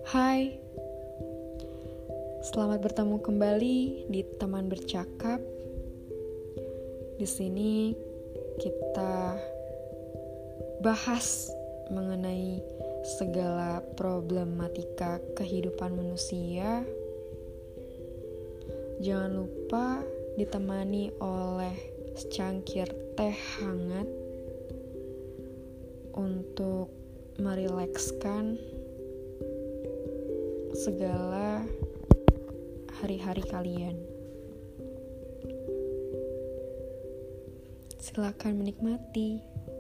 Hai, selamat bertemu kembali di Teman Bercakap. Di sini kita bahas mengenai segala problematika kehidupan manusia. Jangan lupa ditemani oleh secangkir teh hangat untuk merilekskan segala hari-hari kalian. Silakan menikmati.